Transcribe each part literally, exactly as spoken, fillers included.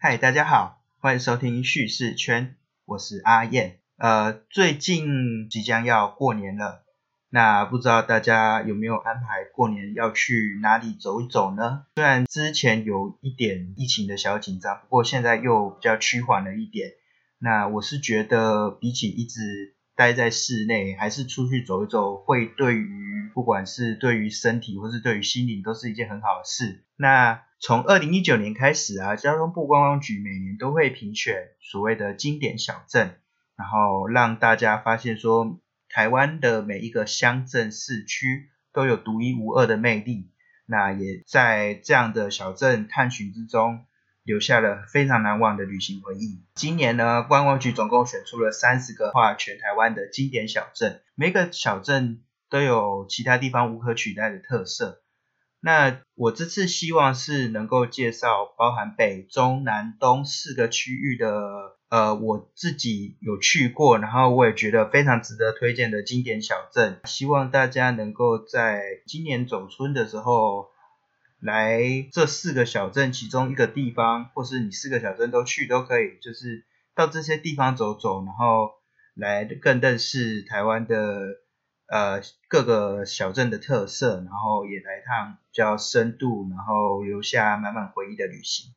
嗨，大家好，欢迎收听叙事圈，我是阿燕。呃，最近即将要过年了，那不知道大家有没有安排过年要去哪里走一走呢？虽然之前有一点疫情的小紧张，不过现在又比较趋缓了一点。那我是觉得比起一直待在室内，还是出去走一走，会对于不管是对于身体或是对于心灵都是一件很好的事。那从二零一九年开始啊，交通部观光局每年都会评选所谓的经典小镇，然后让大家发现说台湾的每一个乡镇市区都有独一无二的魅力。那也在这样的小镇探寻之中留下了非常难忘的旅行回忆。今年呢，观光局总共选出了三十个跨全台湾的经典小镇，每个小镇都有其他地方无可取代的特色。那我这次希望是能够介绍包含北中南东四个区域的呃，我自己有去过，然后我也觉得非常值得推荐的经典小镇。希望大家能够在今年走春的时候来这四个小镇其中一个地方，或是你四个小镇都去都可以，就是到这些地方走走，然后来更认识台湾的呃各个小镇的特色，然后也来趟比较深度，然后留下满满回忆的旅行。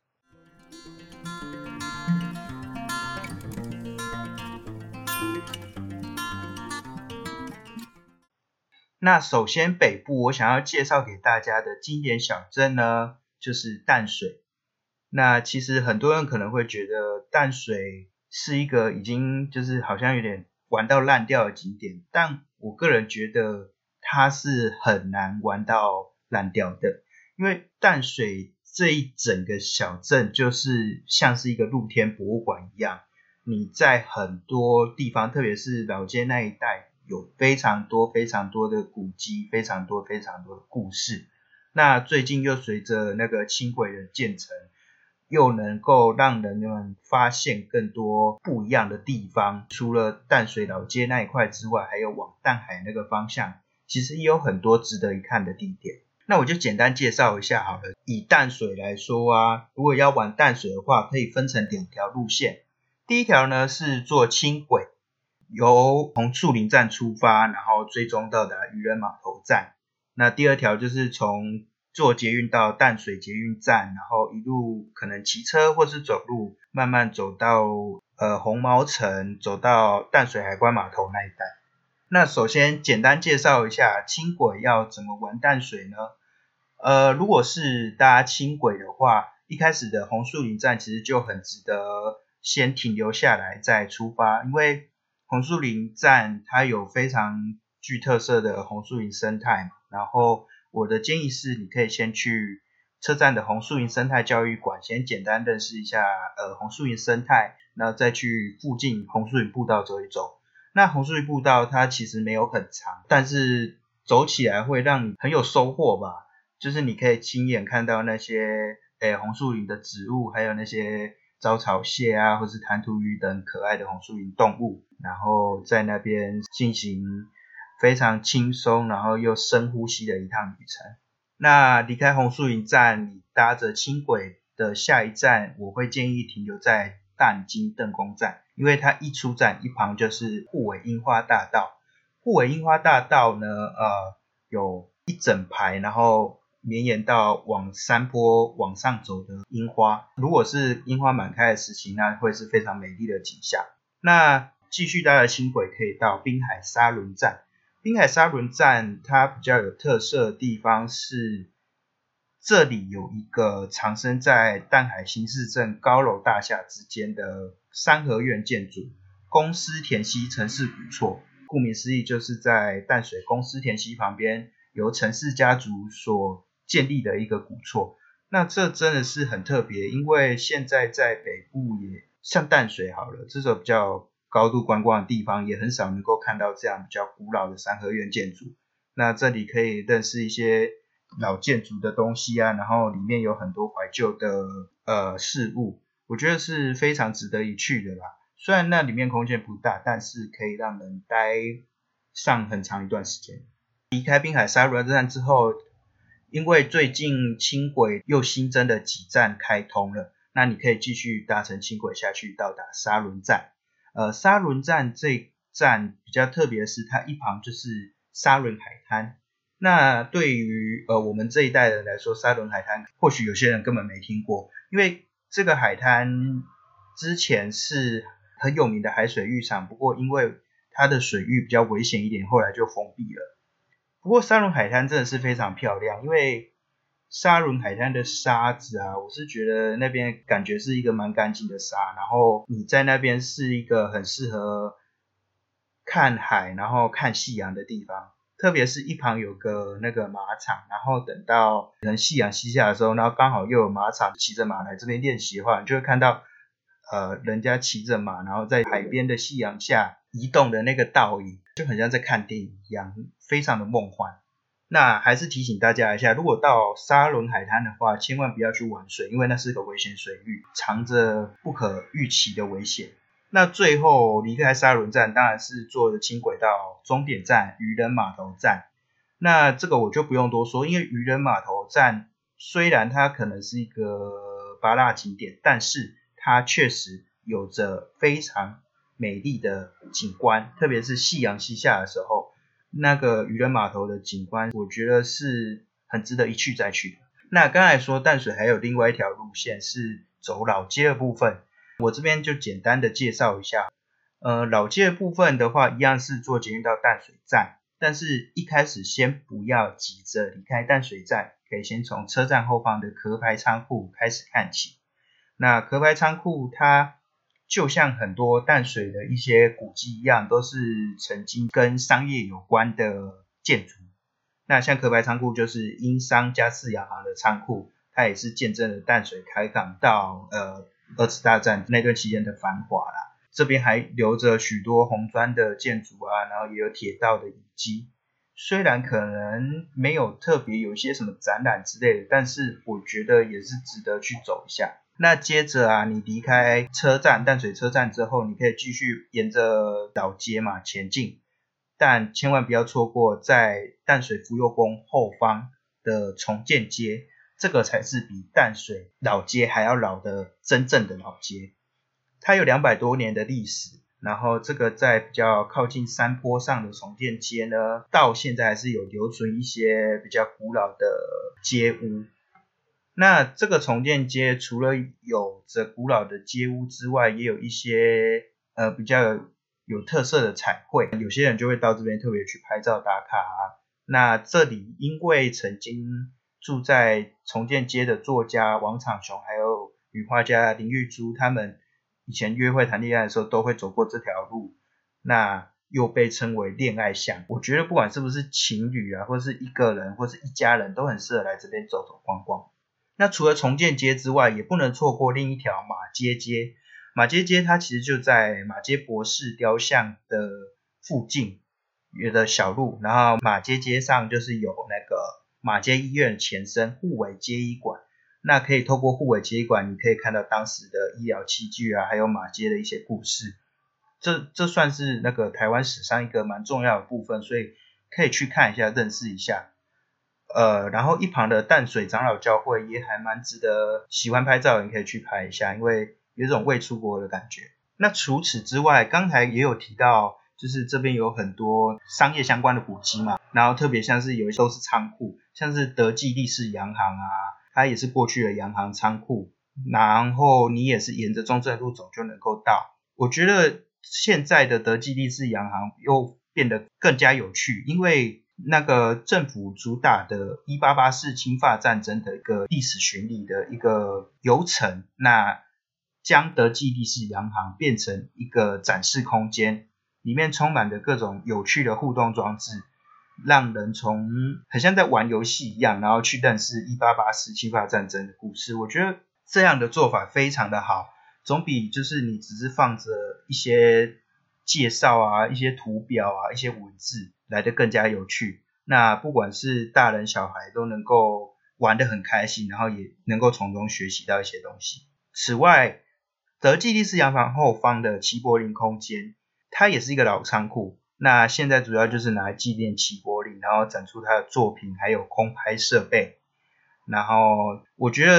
那首先北部我想要介绍给大家的经典小镇呢，就是淡水。那其实很多人可能会觉得淡水是一个已经就是好像有点玩到烂掉的景点，但我个人觉得它是很难玩到烂掉的，因为淡水这一整个小镇就是像是一个露天博物馆一样，你在很多地方特别是老街那一带有非常多非常多的古迹，非常多非常多的故事。那最近又随着那个轻轨的建成，又能够让人们发现更多不一样的地方，除了淡水老街那一块之外，还有往淡海那个方向，其实也有很多值得一看的地点。那我就简单介绍一下好了。以淡水来说啊，如果要玩淡水的话，可以分成两条路线。第一条呢是坐轻轨，由从树林站出发，然后最终到达渔人码头站。那第二条就是从坐捷运到淡水捷运站，然后一路可能骑车或是走路，慢慢走到呃红毛城，走到淡水海关码头那一带。那首先简单介绍一下轻轨要怎么玩淡水呢？呃，如果是搭轻轨的话，一开始的红树林站其实就很值得先停留下来再出发，因为红树林站它有非常具特色的红树林生态嘛，然后我的建议是你可以先去车站的红树林生态教育馆先简单认识一下呃红树林生态，然后再去附近红树林步道走一走。那红树林步道它其实没有很长，但是走起来会让你很有收获吧，就是你可以亲眼看到那些诶红树林的植物，还有那些招潮蟹啊或是弹涂鱼等可爱的红树林动物，然后在那边进行非常轻松然后又深呼吸的一趟旅程。那离开红树林站，你搭着轻轨的下一站，我会建议停留在淡金邓公站，因为它一出站一旁就是滬尾樱花大道。滬尾樱花大道呢呃有一整排，然后绵延到往山坡往上走的樱花，如果是樱花满开的时期，那会是非常美丽的景象。那继续搭的轻轨可以到滨海沙仑站。滨海沙仑站它比较有特色的地方是，这里有一个藏身在淡海新市镇高楼大厦之间的三合院建筑，公司田溪陈氏古厝。顾名思义，就是在淡水公司田溪旁边由陈氏家族所建立的一个古厝。那这真的是很特别，因为现在在北部也像淡水好了，这种比较高度观光的地方也很少能够看到这样比较古老的三合院建筑。那这里可以认识一些老建筑的东西啊，然后里面有很多怀旧的呃事物，我觉得是非常值得一去的啦。虽然那里面空间不大，但是可以让人待上很长一段时间。离开滨海沙仑站之后，因为最近轻轨又新增的几站开通了， 那你可以继续搭乘轻轨下去到达沙仑站。呃，沙仑站这一站比较特别的是，它一旁就是沙仑海滩。那对于呃我们这一代人来说，沙仑海滩或许有些人根本没听过，因为这个海滩之前是很有名的海水浴场，不过因为它的水域比较危险一点，后来就封闭了。不过沙仑海滩真的是非常漂亮，因为沙仑海滩的沙子啊，我是觉得那边感觉是一个蛮干净的沙，然后你在那边是一个很适合看海然后看夕阳的地方，特别是一旁有个那个马场，然后等到可能夕阳西下的时候，然后刚好又有马场骑着马来这边练习的话，你就会看到呃人家骑着马，然后在海边的夕阳下移动的那个倒影，就很像在看电影一样，非常的梦幻。那还是提醒大家一下，如果到沙仑海滩的话，千万不要去玩水，因为那是个危险水域，藏着不可预期的危险。那最后离开沙仑站，当然是坐着轻轨到终点站渔人码头站。那这个我就不用多说，因为渔人码头站虽然它可能是一个芭乐景点，但是它确实有着非常美丽的景观，特别是夕阳西下的时候，那个渔人码头的景观我觉得是很值得一去再去的。那刚才说淡水还有另外一条路线是走老街的部分，我这边就简单的介绍一下。呃，老街的部分的话，一样是坐捷运到淡水站，但是一开始先不要急着离开淡水站，可以先从车站后方的壳牌仓库开始看起。那壳牌仓库它就像很多淡水的一些古迹一样，都是曾经跟商业有关的建筑。那像壳牌仓库就是英商加四洋行的仓库，它也是见证了淡水开港到呃二次大战那段期间的繁华啦。这边还留着许多红砖的建筑啊，然后也有铁道的遗迹。虽然可能没有特别有一些什么展览之类的，但是我觉得也是值得去走一下。那接着啊，你离开车站淡水车站之后，你可以继续沿着老街嘛前进，但千万不要错过在淡水福佑宫后方的重建街，这个才是比淡水老街还要老的真正的老街。它有两百多年的历史，然后这个在比较靠近山坡上的重建街呢，到现在还是有留存一些比较古老的街屋。那这个重建街除了有着古老的街屋之外，也有一些呃比较有特色的彩绘，有些人就会到这边特别去拍照打卡啊。那这里因为曾经住在重建街的作家王场雄还有女画家林玉珠，他们以前约会谈恋爱的时候都会走过这条路，那又被称为恋爱巷。我觉得不管是不是情侣啊，或是一个人或是一家人，都很适合来这边走走逛逛。那除了重建街之外，也不能错过另一条马街街。马街街它其实就在马街博士雕像的附近有的小路，然后马街街上就是有那个马街医院前身护卫街医馆。那可以透过护卫街医馆，你可以看到当时的医疗器具啊，还有马街的一些故事。这这算是那个台湾史上一个蛮重要的部分，所以可以去看一下，认识一下。呃，然后一旁的淡水长老教会也还蛮值得喜欢拍照的人可以去拍一下，因为有一种未出国的感觉。那除此之外，刚才也有提到，就是这边有很多商业相关的古迹嘛，然后特别像是有一些都是仓库，像是德记利士洋行啊，它也是过去的洋行仓库，然后你也是沿着中正路走就能够到。我觉得现在的德记利士洋行又变得更加有趣，因为那个政府主打的一八八四清法战争的一个历史巡礼的一个游程，那将德记利士洋行变成一个展示空间，里面充满着各种有趣的互动装置，让人从很像在玩游戏一样，然后去认识一八八四清法战争的故事。我觉得这样的做法非常的好，总比就是你只是放着一些介绍啊，一些图表啊，一些文字来得更加有趣。那不管是大人小孩都能够玩得很开心，然后也能够从中学习到一些东西。此外，德记利士洋行后方的齐柏林空间，它也是一个老仓库，那现在主要就是拿来纪念齐柏林，然后展出他的作品还有空拍设备。然后我觉得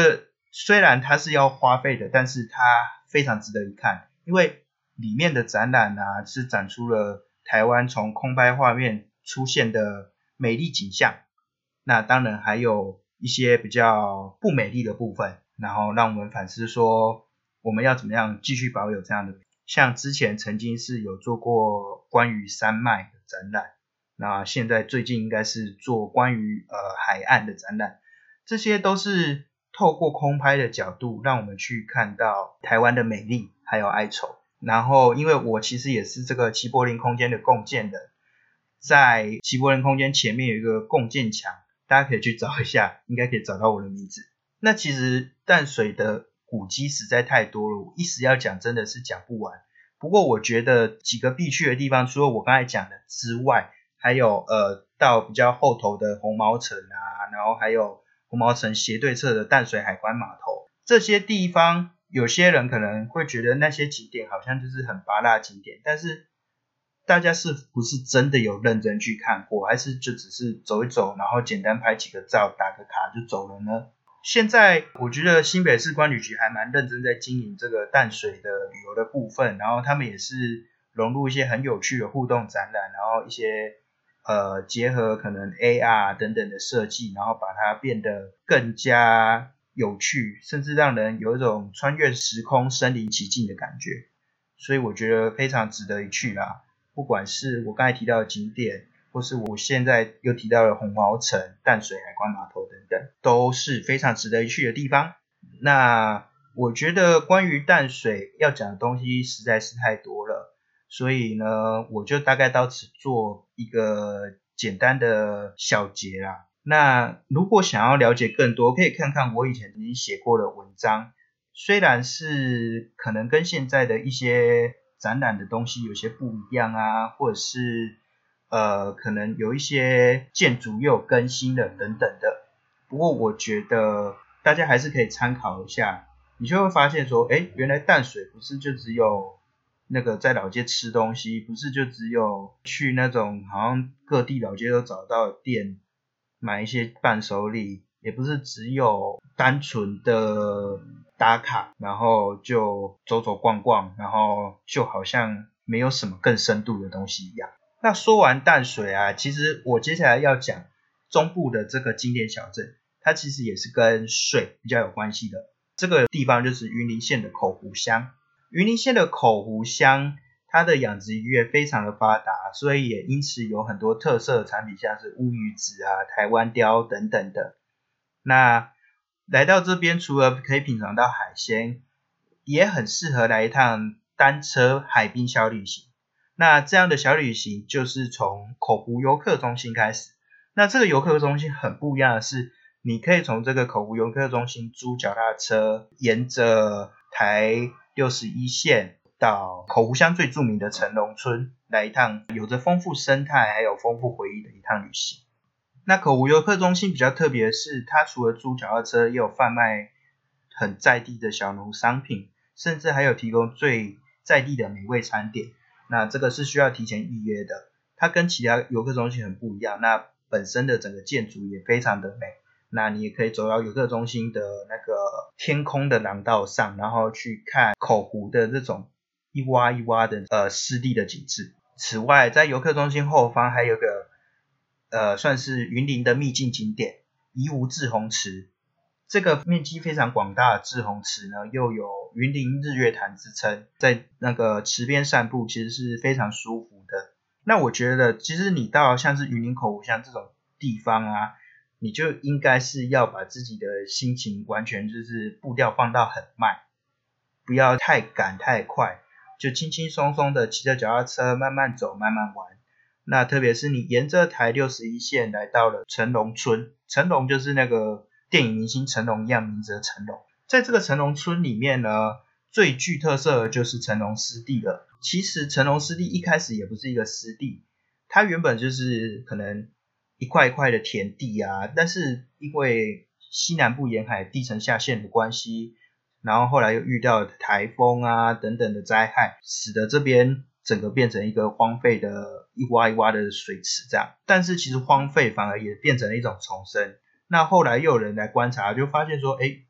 虽然它是要花费的，但是它非常值得一看，因为里面的展览啊是展出了台湾从空拍画面出现的美丽景象，那当然还有一些比较不美丽的部分，然后让我们反思说我们要怎么样继续保有这样的，像之前曾经是有做过关于山脉的展览，那现在最近应该是做关于呃海岸的展览，这些都是透过空拍的角度让我们去看到台湾的美丽还有哀愁。然后因为我其实也是这个齐柏林空间的共建人，在齐柏林空间前面有一个共建墙，大家可以去找一下，应该可以找到我的名字。那其实淡水的古迹实在太多了，我一时要讲真的是讲不完。不过我觉得几个必去的地方，除了我刚才讲的之外，还有呃到比较后头的红毛城啊，然后还有红毛城斜对侧的淡水海关码头，这些地方有些人可能会觉得那些景点好像就是很芭乐景点，但是大家是不是真的有认真去看过，还是就只是走一走，然后简单拍几个照打个卡就走了呢？现在我觉得新北市观旅局还蛮认真在经营这个淡水的旅游的部分，然后他们也是融入一些很有趣的互动展览，然后一些呃结合可能 A R 等等的设计，然后把它变得更加有趣，甚至让人有一种穿越时空身临其境的感觉，所以我觉得非常值得一去啦。不管是我刚才提到的景点，或是我现在又提到的红毛城、淡水海关码头等等，都是非常值得一去的地方。那我觉得关于淡水要讲的东西实在是太多了，所以呢，我就大概到此做一个简单的小结啦。那如果想要了解更多，可以看看我以前曾经写过的文章，虽然是可能跟现在的一些展览的东西有些不一样啊，或者是呃可能有一些建筑又有更新了等等的，不过我觉得大家还是可以参考一下，你就会发现说，诶，原来淡水不是就只有那个在老街吃东西，不是就只有去那种好像各地老街都找到的店买一些伴手礼，也不是只有单纯的打卡，然后就走走逛逛，然后就好像没有什么更深度的东西一样。那说完淡水啊，其实我接下来要讲中部的这个经典小镇，它其实也是跟水比较有关系的。这个地方就是云林县的口湖乡。云林县的口湖乡，它的养殖渔业非常的发达，所以也因此有很多特色的产品，像是乌鱼子啊、台湾鲷等等的。那来到这边，除了可以品尝到海鲜，也很适合来一趟单车海滨小旅行。那这样的小旅行就是从口湖游客中心开始。那这个游客中心很不一样的是，你可以从这个口湖游客中心租脚踏车，沿着台六十一线到口湖乡最著名的成龙村，来一趟有着丰富生态还有丰富回忆的一趟旅行。那口湖游客中心比较特别的是，它除了租脚踏车，也有贩卖很在地的小农商品，甚至还有提供最在地的美味餐点。那这个是需要提前预约的，它跟其他游客中心很不一样，那本身的整个建筑也非常的美。那你也可以走到游客中心的那个天空的廊道上，然后去看口湖的这种一洼一洼的呃湿地的景致。此外，在游客中心后方还有个呃算是云林的秘境景点宜吾滞洪池。这个面积非常广大的滞洪池呢，又有云林日月潭之称，在那个池边散步其实是非常舒服的。那我觉得其实你到像是云林口湖乡这种地方啊，你就应该是要把自己的心情完全就是步调放到很慢，不要太赶太快，就轻轻松松的骑着脚踏车慢慢走慢慢玩。那特别是你沿着台六十一线来到了成龙村，成龙就是那个电影明星成龙一样名字的成龙。在这个成龙村里面呢，最具特色的就是成龙湿地了。其实成龙湿地一开始也不是一个湿地，它原本就是可能一块一块的田地啊，但是因为西南部沿海地层下陷的关系，然后后来又遇到台风啊等等的灾害，使得这边整个变成一个荒废的一洼一洼的水池这样。但是其实荒废反而也变成了一种重生。那后来又有人来观察，就发现说，诶，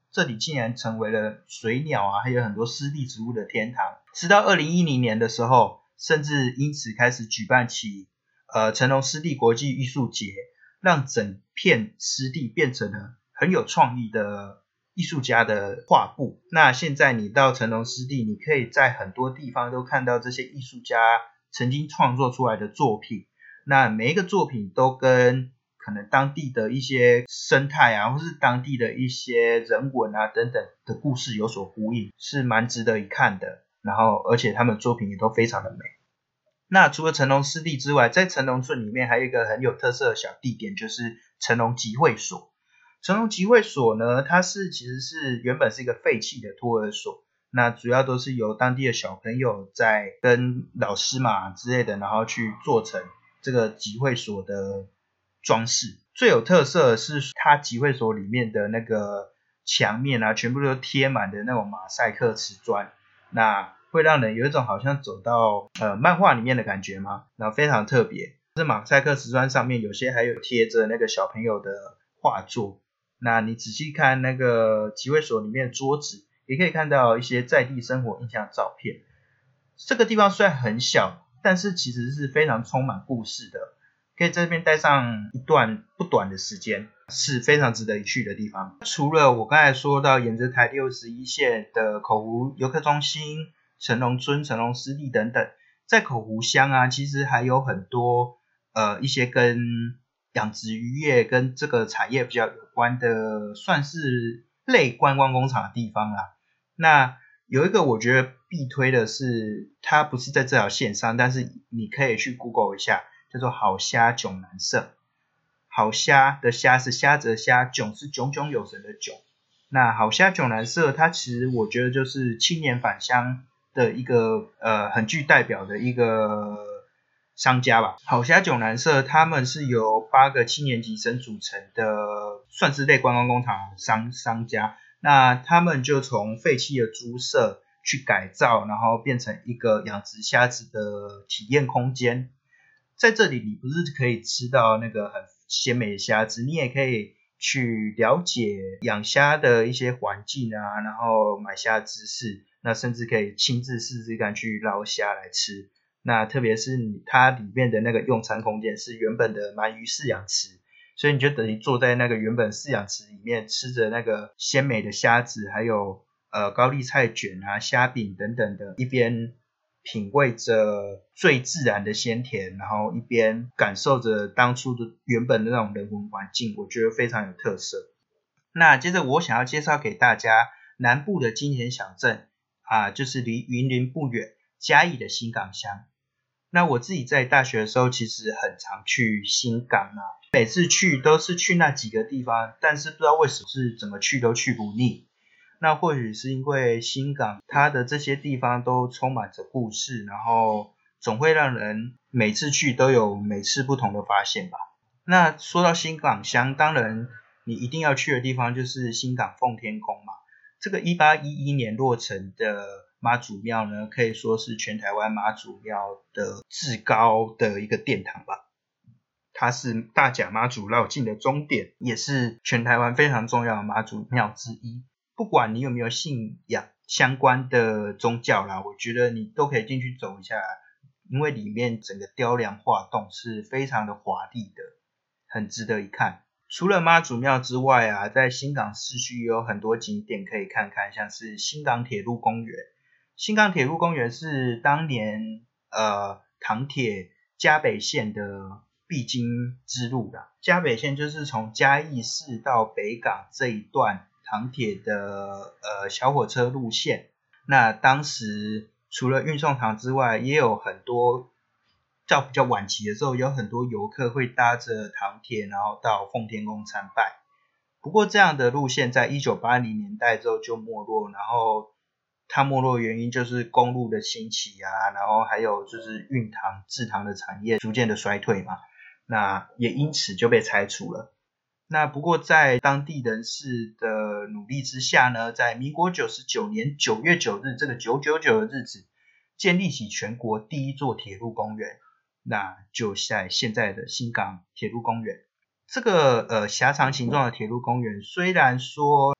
这里竟然成为了水鸟啊还有很多湿地植物的天堂。直到二零一零年的时候，甚至因此开始举办起呃成龙湿地国际艺术节，让整片湿地变成了很有创意的艺术家的画布。那现在你到成龙湿地，你可以在很多地方都看到这些艺术家曾经创作出来的作品，那每一个作品都跟可能当地的一些生态啊，或是当地的一些人文啊等等的故事有所呼应，是蛮值得一看的。然后而且他们作品也都非常的美。那除了成龙湿地之外，在成龙村里面还有一个很有特色的小地点，就是成龙集会所。成龙集会所呢，它是其实是原本是一个废弃的托儿所，那主要都是由当地的小朋友在跟老师嘛之类的，然后去做成这个集会所的装饰。最有特色的是它集会所里面的那个墙面啊，全部都贴满的那种马赛克瓷砖，那会让人有一种好像走到呃漫画里面的感觉嘛，然后非常特别。这马赛克瓷砖上面有些还有贴着那个小朋友的画作，那你仔细看那个集会所里面的桌子，也可以看到一些在地生活印象照片。这个地方虽然很小，但是其实是非常充满故事的，可以在这边待上一段不短的时间，是非常值得一去的地方。除了我刚才说到沿着台六十一线的口湖游客中心、成龙村、成龙湿地等等，在口湖乡啊，其实还有很多呃一些跟养殖渔业跟这个产业比较有关的，算是类观光工厂的地方啦。那有一个我觉得必推的是，它不是在这条线上，但是你可以去 Google 一下，叫做好虾囧南社。好虾的虾是虾子的虾，囧是炯炯有神的囧。那好虾囧南社，它其实我觉得就是青年返乡的一个呃很具代表的一个商家吧。好虾囧南社他们是由八个七年级生组成的，算是类观光工厂商商家。那他们就从废弃的猪舍去改造，然后变成一个养殖虾子的体验空间。在这里你不是可以吃到那个很鲜美的虾子，你也可以去了解养虾的一些环境啊，然后买虾知识，那甚至可以亲自试试看去捞虾来吃。那特别是它里面的那个用餐空间是原本的鳗鱼饲养池，所以你就等于坐在那个原本饲养池里面，吃着那个鲜美的虾子，还有呃高丽菜卷啊、虾饼等等的，一边品味着最自然的鲜甜，然后一边感受着当初的原本的那种人文环境，我觉得非常有特色。那接着我想要介绍给大家南部的金田小镇啊，就是离云林不远嘉义的新港乡。那我自己在大学的时候其实很常去新港啊，每次去都是去那几个地方，但是不知道为什么是怎么去都去不腻。那或许是因为新港它的这些地方都充满着故事，然后总会让人每次去都有每次不同的发现吧。那说到新港乡，当然你一定要去的地方就是新港奉天宫嘛。这个一八一一年落成的妈祖庙呢，可以说是全台湾妈祖庙的至高的一个殿堂吧。它是大甲妈祖绕境的终点，也是全台湾非常重要的妈祖庙之一。不管你有没有信仰相关的宗教啦，我觉得你都可以进去走一下，因为里面整个雕梁画栋是非常的华丽的，很值得一看。除了妈祖庙之外啊，在新港市区有很多景点可以看看，像是新港铁路公园。新港铁路公园是当年呃糖铁嘉北线的必经之路啦。嘉北线就是从嘉义市到北港这一段糖铁的呃小火车路线。那当时除了运送糖之外，也有很多到比较晚期的时候，有很多游客会搭着糖铁然后到奉天宫参拜。不过这样的路线在一九八零年代之后就没落，然后它没落的原因就是公路的兴起啊，然后还有就是运糖制糖的产业逐渐的衰退嘛，那也因此就被拆除了。那不过在当地人士的努力之下呢，在民国九十九年九月九日这个九九九的日子，建立起全国第一座铁路公园，那就在现在的新港铁路公园。这个呃狭长形状的铁路公园虽然说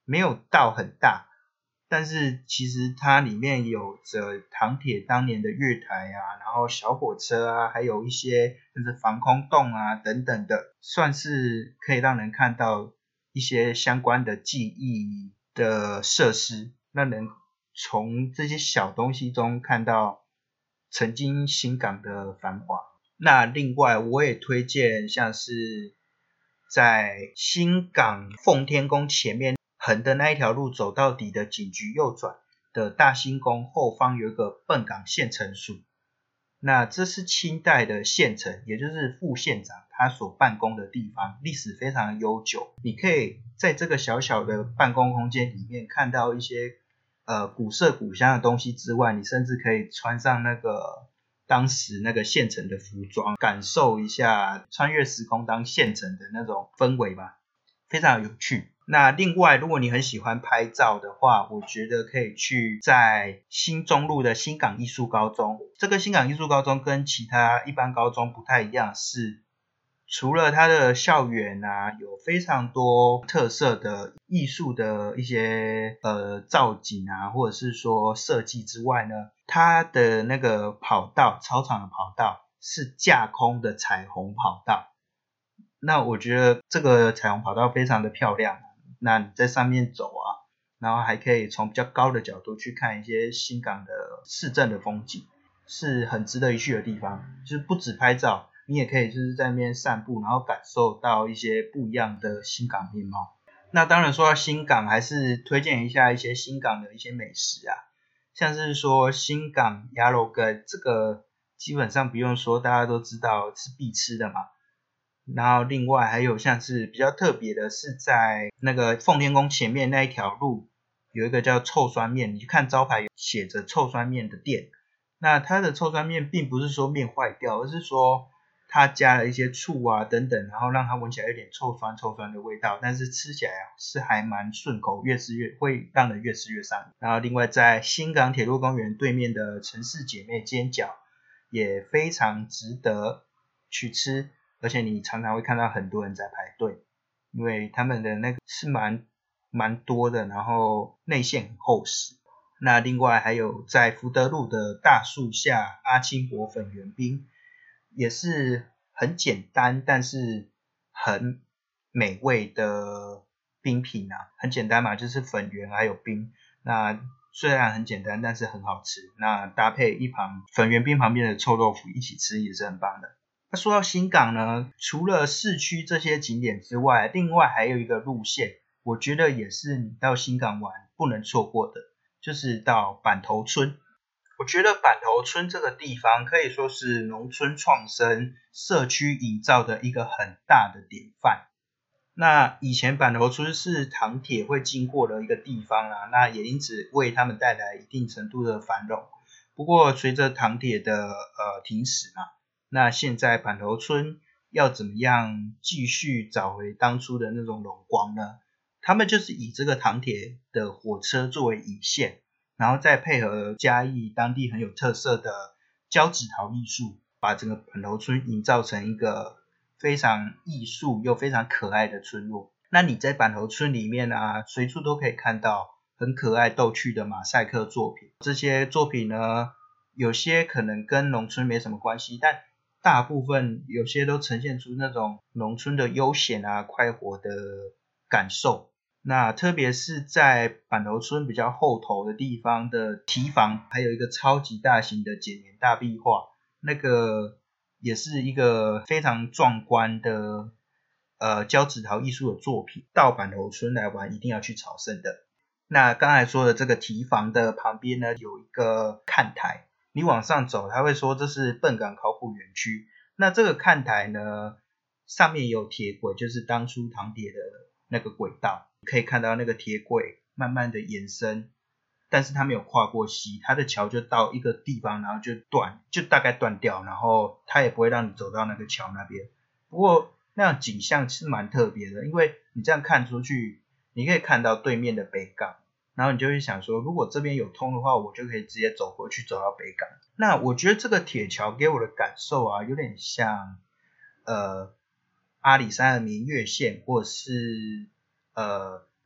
没有到很大，但是其实它里面有着糖铁当年的月台啊，然后小火车啊，还有一些甚至防空洞啊等等的，算是可以让人看到一些相关的记忆的设施，让人从这些小东西中看到曾经新港的繁华。那另外我也推荐像是在新港奉天宫前面横的那一条路走到底的警局右转的大兴宫后方有一个笨港县城署，那这是清代的县城，也就是副县长他所办公的地方，历史非常悠久。你可以在这个小小的办公空间里面看到一些呃古色古香的东西之外，你甚至可以穿上那个当时那个县城的服装，感受一下穿越时空当县城的那种氛围吧，非常有趣。那另外如果你很喜欢拍照的话，我觉得可以去在新中路的新港艺术高中。这个新港艺术高中跟其他一般高中不太一样，是除了它的校园啊有非常多特色的艺术的一些呃造景啊，或者是说设计之外呢，它的那个跑道，操场的跑道是架空的彩虹跑道。那我觉得这个彩虹跑道非常的漂亮，那你在上面走啊，然后还可以从比较高的角度去看一些新港的市政的风景，是很值得一去的地方。就是不止拍照，你也可以就是在那边散步，然后感受到一些不一样的新港面貌。那当然说到新港，还是推荐一下一些新港的一些美食啊，像是说新港鸭肉羹，这个基本上不用说，大家都知道是必吃的嘛。然后另外还有像是比较特别的是在那个奉天宫前面那一条路有一个叫臭酸面，你去看招牌写着臭酸面的店，那它的臭酸面并不是说面坏掉，而是说它加了一些醋啊等等，然后让它闻起来有点臭酸臭酸的味道，但是吃起来是还蛮顺口，越吃越会让人越吃越上瘾。然后另外在新港铁路公园对面的城市姐妹煎饺也非常值得去吃，而且你常常会看到很多人在排队，因为他们的那个是蛮蛮多的，然后内馅很厚实。那另外还有在福德路的大树下阿清伯粉圆冰，也是很简单但是很美味的冰品啊，很简单嘛，就是粉圆还有冰，那虽然很简单但是很好吃，那搭配一旁粉圆冰旁边的臭豆腐一起吃也是很棒的。那说到新港呢，除了市区这些景点之外，另外还有一个路线，我觉得也是你到新港玩不能错过的，就是到板头村。我觉得板头村这个地方可以说是农村创生、社区营造的一个很大的典范。那以前板头村是糖铁会经过的一个地方啊，那也因此为他们带来一定程度的繁荣。不过随着糖铁的呃停驶嘛，那现在板头村要怎么样继续找回当初的那种荣光呢？他们就是以这个糖铁的火车作为引线，然后再配合嘉义当地很有特色的胶纸陶艺术，把整个板头村营造成一个非常艺术又非常可爱的村落。那你在板头村里面啊，随处都可以看到很可爱逗趣的马赛克作品。这些作品呢，有些可能跟农村没什么关系，但大部分有些都呈现出那种农村的悠闲啊快活的感受。那特别是在板头村比较后头的地方的堤防，还有一个超级大型的剪黏大壁画，那个也是一个非常壮观的呃胶纸陶艺术的作品，到板头村来玩一定要去朝圣的。那刚才说的这个堤防的旁边呢，有一个看台，你往上走他会说这是笨港考古园区。那这个看台呢，上面有铁轨，就是当初糖铁的那个轨道，可以看到那个铁轨慢慢的延伸，但是它没有跨过溪，它的桥就到一个地方然后就断，就大概断掉，然后它也不会让你走到那个桥那边。不过那样景象是蛮特别的，因为你这样看出去，你可以看到对面的北港，然后你就会想说，如果这边有通的话，我就可以直接走过去走到北港。那我觉得这个铁桥给我的感受啊，有点像呃阿里山的明月线，或者是呃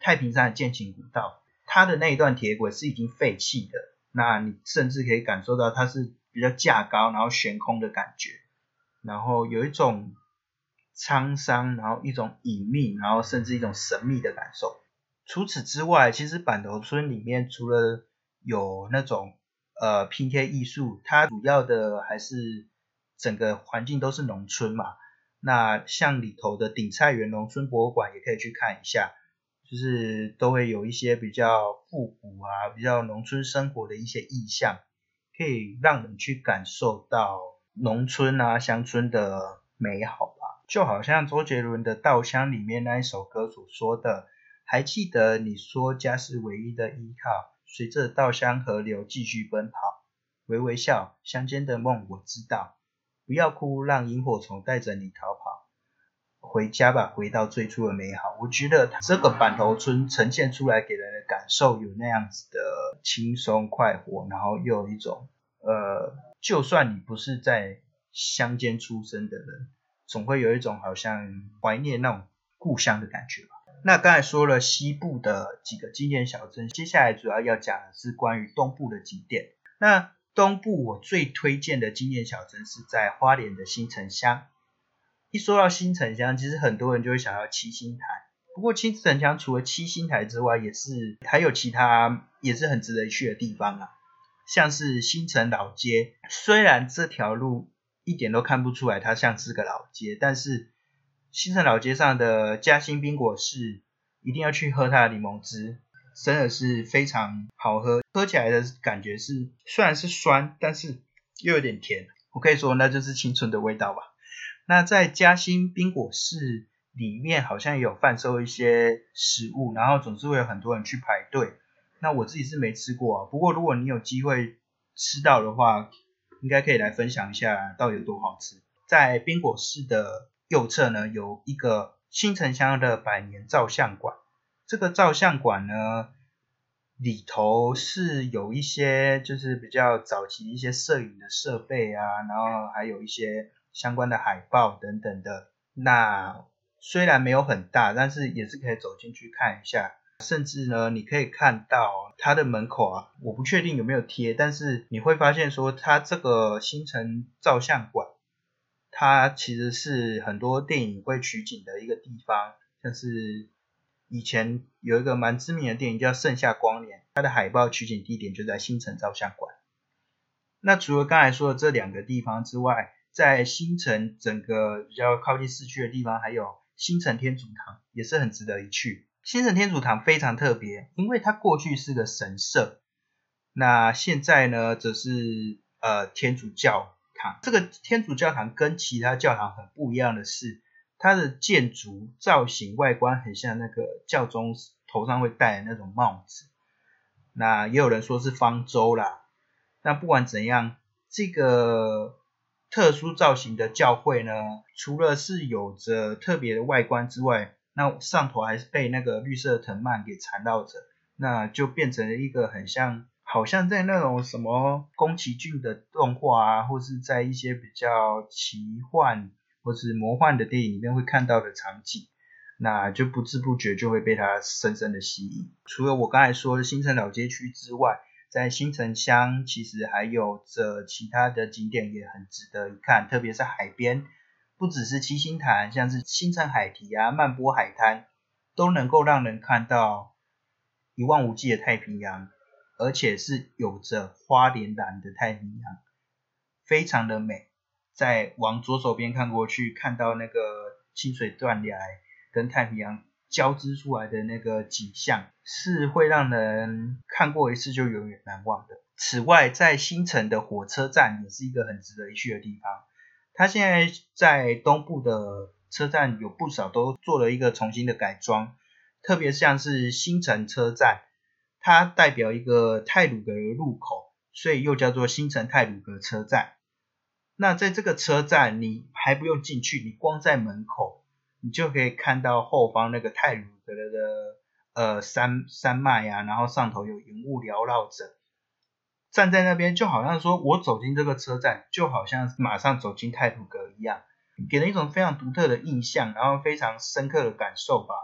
太平山的剑琴古道，它的那一段铁轨是已经废弃的，那你甚至可以感受到它是比较架高然后悬空的感觉，然后有一种沧桑，然后一种隐秘，然后甚至一种神秘的感受。除此之外，其实板头村里面除了有那种呃拼贴艺术，它主要的还是整个环境都是农村嘛。那像里头的鼎菜园农村博物馆也可以去看一下，就是都会有一些比较复古啊，比较农村生活的一些意象，可以让人去感受到农村啊乡村的美好吧。就好像周杰伦的《稻香》里面那一首歌所说的，还记得你说家是唯一的依靠，随着稻香河流继续奔跑，微微笑，乡间的梦我知道，不要哭，让萤火虫带着你逃跑，回家吧，回到最初的美好。我觉得这个板头村呈现出来给人的感受有那样子的轻松快活，然后又有一种呃，就算你不是在乡间出生的人，总会有一种好像怀念那种故乡的感觉吧。那刚才说了西部的几个经典小镇，接下来主要要讲的是关于东部的景点。那东部我最推荐的经典小镇是在花莲的新城乡。一说到新城乡，其实很多人就会想到七星台。不过新城乡除了七星台之外，也是还有其他也是很值得去的地方啊。像是新城老街，虽然这条路一点都看不出来它像是个老街，但是新城老街上的嘉兴冰果室一定要去喝它的柠檬汁，真的是非常好喝，喝起来的感觉是虽然是酸，但是又有点甜，我可以说那就是青春的味道吧。那在嘉兴冰果室里面好像也有贩售一些食物，然后总是会有很多人去排队。那我自己是没吃过啊，不过如果你有机会吃到的话，应该可以来分享一下到底有多好吃。在冰果室的右侧呢，有一个新城乡的百年照相馆。这个照相馆呢，里头是有一些就是比较早期一些摄影的设备啊，然后还有一些相关的海报等等的。那虽然没有很大，但是也是可以走进去看一下。甚至呢，你可以看到它的门口啊，我不确定有没有贴，但是你会发现说它这个新城照相馆，它其实是很多电影会取景的一个地方，像是以前有一个蛮知名的电影叫《盛夏光年》，它的海报取景地点就在新城照相馆。那除了刚才说的这两个地方之外，在新城整个比较靠近市区的地方，还有新城天主堂，也是很值得一去。新城天主堂非常特别，因为它过去是个神社，那现在呢则是呃天主教堂。这个天主教堂跟其他教堂很不一样的是，它的建筑造型外观很像那个教宗头上会戴的那种帽子，那也有人说是方舟啦。那不管怎样，这个特殊造型的教会呢，除了是有着特别的外观之外，那上头还是被那个绿色藤蔓给缠绕着，那就变成了一个很像好像在那种什么宫崎骏的动画啊，或是在一些比较奇幻或是魔幻的电影里面会看到的场景，那就不知不觉就会被它深深的吸引。除了我刚才说的新城老街区之外，在新城乡其实还有着其他的景点也很值得一看，特别是海边，不只是七星潭，像是新城海堤啊、曼波海滩，都能够让人看到一望无际的太平洋，而且是有着花莲蓝的太平洋，非常的美。再往左手边看过去，看到那个清水断崖跟太平洋交织出来的那个景象，是会让人看过一次就永远难忘的。此外，在新城的火车站也是一个很值得一去的地方，它现在在东部的车站有不少都做了一个重新的改装，特别像是新城车站，它代表一个太鲁阁的入口，所以又叫做新城太鲁阁车站。那在这个车站你还不用进去，你光在门口你就可以看到后方那个太鲁阁的呃山山脉啊，然后上头有云雾缭绕着，站在那边就好像说我走进这个车站就好像马上走进太鲁阁一样，给人一种非常独特的印象，然后非常深刻的感受吧。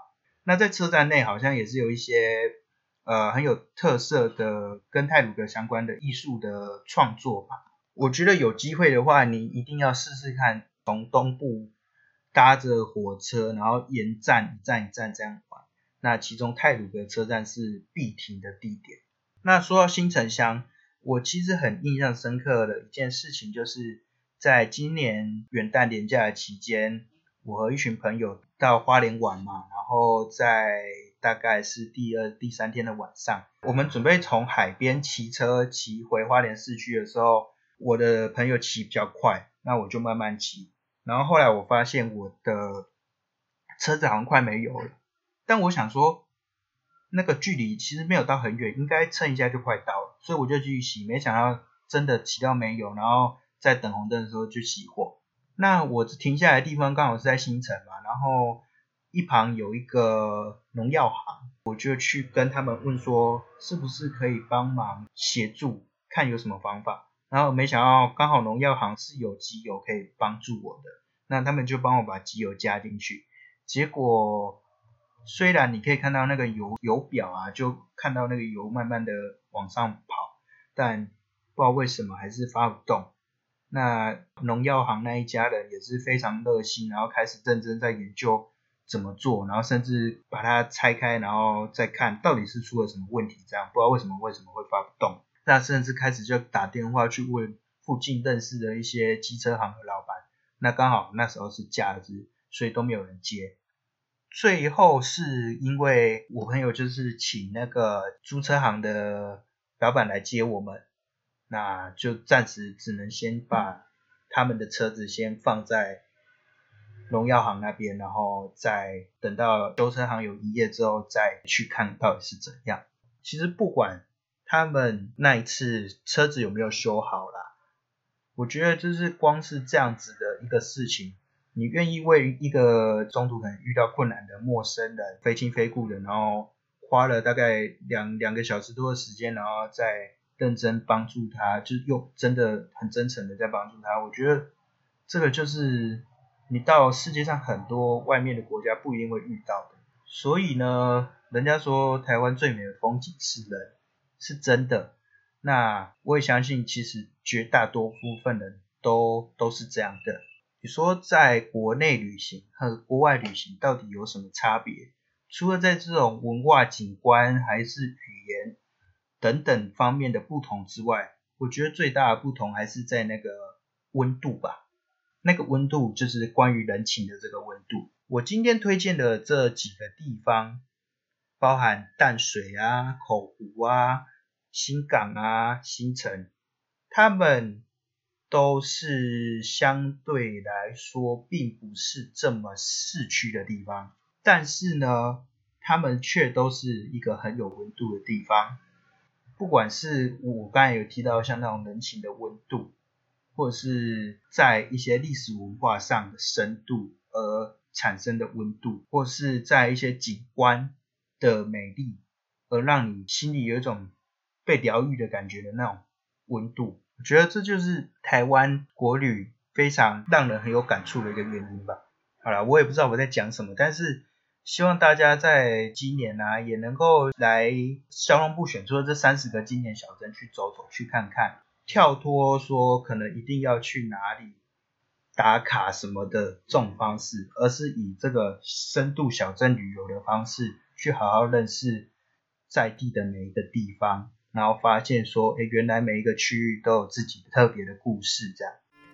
那在车站内好像也是有一些呃很有特色的跟太鲁阁相关的艺术的创作吧。我觉得有机会的话，你一定要试试看从东部搭着火车，然后沿站一站一站这样玩。那其中太鲁阁车站是必停的地点。那说到新城乡，我其实很印象深刻的一件事情，就是在今年元旦连假的期间，我和一群朋友到花莲玩嘛，然后在大概是第二、第三天的晚上，我们准备从海边骑车骑回花莲市区的时候，我的朋友骑比较快，那我就慢慢骑，然后后来我发现我的车子好像快没油了，但我想说那个距离其实没有到很远，应该蹭一下就快到了，所以我就继续骑，没想到真的骑到没油，然后在等红灯的时候就熄火。那我停下来的地方刚好是在新城嘛，然后一旁有一个农药行，我就去跟他们问说是不是可以帮忙协助看有什么方法，然后没想到刚好农药行是有机油可以帮助我的，那他们就帮我把机油加进去，结果虽然你可以看到那个油油表啊，就看到那个油慢慢的往上跑，但不知道为什么还是发不动。那农药行那一家人也是非常热心，然后开始认真在研究怎么做，然后甚至把它拆开，然后再看到底是出了什么问题，这样不知道为什么为什么会发不动。那甚至开始就打电话去问附近认识的一些机车行的老板，那刚好那时候是假日，所以都没有人接。最后是因为我朋友就是请那个租车行的老板来接我们，那就暂时只能先把他们的车子先放在农药行那边，然后再等到修车行有营业之后再去看到底是怎样。其实不管他们那一次车子有没有修好啦，我觉得就是光是这样子的一个事情，你愿意为一个中途可能遇到困难的陌生人非亲非故的，然后花了大概两两个小时多的时间，然后再认真帮助他，就是用真的很真诚的在帮助他，我觉得这个就是你到世界上很多外面的国家不一定会遇到的。所以呢，人家说台湾最美的风景是人，是真的。那我也相信其实绝大多数分人都都是这样的。你说在国内旅行和国外旅行到底有什么差别？除了在这种文化景观还是语言等等方面的不同之外，我觉得最大的不同还是在那个温度吧。那个温度就是关于人情的这个温度。我今天推荐的这几个地方，包含淡水啊、口湖啊、新港啊、新城，他们都是相对来说并不是这么市区的地方，但是呢，他们却都是一个很有温度的地方。不管是我刚才有提到像那种人情的温度，或者是在一些历史文化上的深度而产生的温度，或是在一些景观的美丽而让你心里有一种被疗愈的感觉的那种温度，我觉得这就是台湾国旅非常让人很有感触的一个原因吧。好啦，我也不知道我在讲什么，但是希望大家在今年啊也能够来小龙部选出的这三十个经典小镇去走走去看看，跳脱说可能一定要去哪里打卡什么的这种方式，而是以这个深度小镇旅游的方式去好好认识在地的每一个地方，然后发现说诶原来每一个区域都有自己特别的故事这样。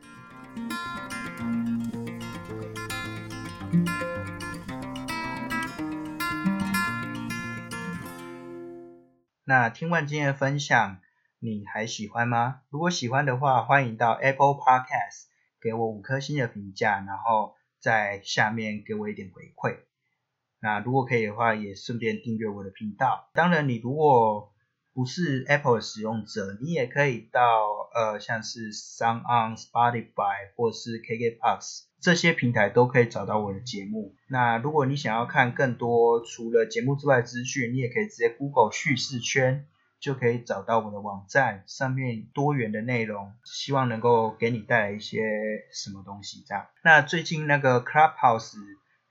那听完今天的分享，你还喜欢吗？如果喜欢的话，欢迎到 Apple Podcast 给我五颗星的评价，然后在下面给我一点回馈。那如果可以的话，也顺便订阅我的频道。当然，你如果不是 Apple 的使用者，你也可以到呃像是 SoundOn、Spotify 或是 K K B O X 这些平台都可以找到我的节目。那如果你想要看更多除了节目之外的资讯，你也可以直接 Google 叙事圈，就可以找到我的网站，上面多元的内容，希望能够给你带来一些什么东西这样。那最近那个 Clubhouse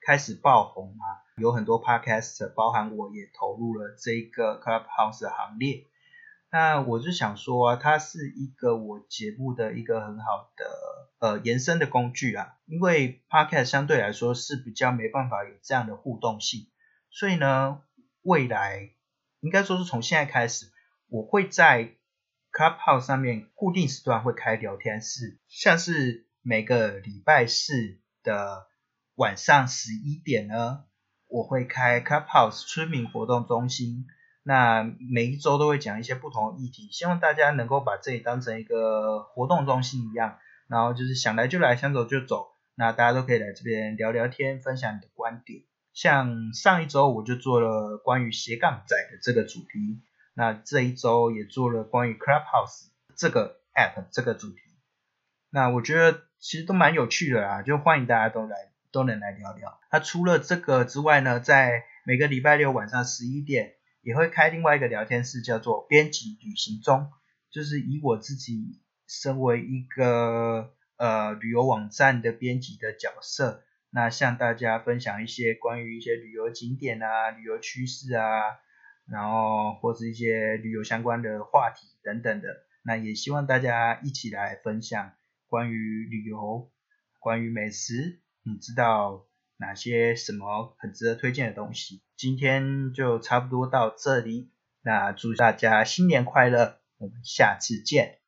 开始爆红啊，有很多 podcaster 包含我也投入了这个 Clubhouse 的行列。那我就想说啊，它是一个我节目的一个很好的呃延伸的工具啊，因为 podcast 相对来说是比较没办法有这样的互动性，所以呢未来应该说是从现在开始，我会在 Clubhouse 上面固定时段会开聊天室，像是每个礼拜四的晚上十一点呢，我会开 Clubhouse 村民活动中心，那每一周都会讲一些不同的议题，希望大家能够把这里当成一个活动中心一样，然后就是想来就来，想走就走，那大家都可以来这边聊聊天，分享你的观点。像上一周我就做了关于斜杠仔的这个主题，那这一周也做了关于 Clubhouse 这个 app 这个主题，那我觉得其实都蛮有趣的啦，就欢迎大家都来都能来聊聊。那除了这个之外呢，在每个礼拜六晚上十一点也会开另外一个聊天室，叫做编辑旅行中，就是以我自己身为一个呃旅游网站的编辑的角色，那向大家分享一些关于一些旅游景点啊、旅游趋势啊，然后或是一些旅游相关的话题等等的，那也希望大家一起来分享关于旅游、关于美食，你知道哪些什么很值得推荐的东西。今天就差不多到这里，那祝大家新年快乐，我们下次见。